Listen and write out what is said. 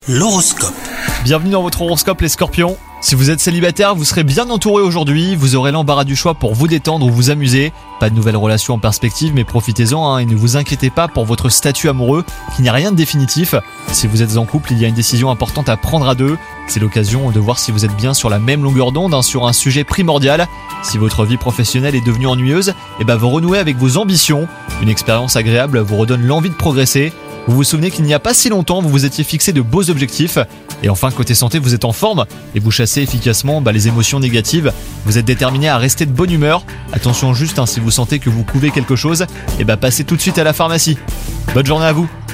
L'horoscope. Bienvenue dans votre horoscope les scorpions. Si vous êtes célibataire, vous serez bien entouré aujourd'hui, vous aurez l'embarras du choix pour vous détendre ou vous amuser. Pas de nouvelles relations en perspective, mais profitez-en et ne vous inquiétez pas pour votre statut amoureux, qui n'y a rien de définitif. Si vous êtes en couple, il y a une décision importante à prendre à deux. C'est l'occasion de voir si vous êtes bien sur la même longueur d'onde, sur un sujet primordial. Si votre vie professionnelle est devenue ennuyeuse, vous renouez avec vos ambitions. Une expérience agréable vous redonne l'envie de progresser. Vous vous souvenez qu'il n'y a pas si longtemps, vous vous étiez fixé de beaux objectifs. Et enfin, côté santé, vous êtes en forme et vous chassez efficacement les émotions négatives. Vous êtes déterminé à rester de bonne humeur. Attention juste, si vous sentez que vous couvez quelque chose, passez tout de suite à la pharmacie. Bonne journée à vous.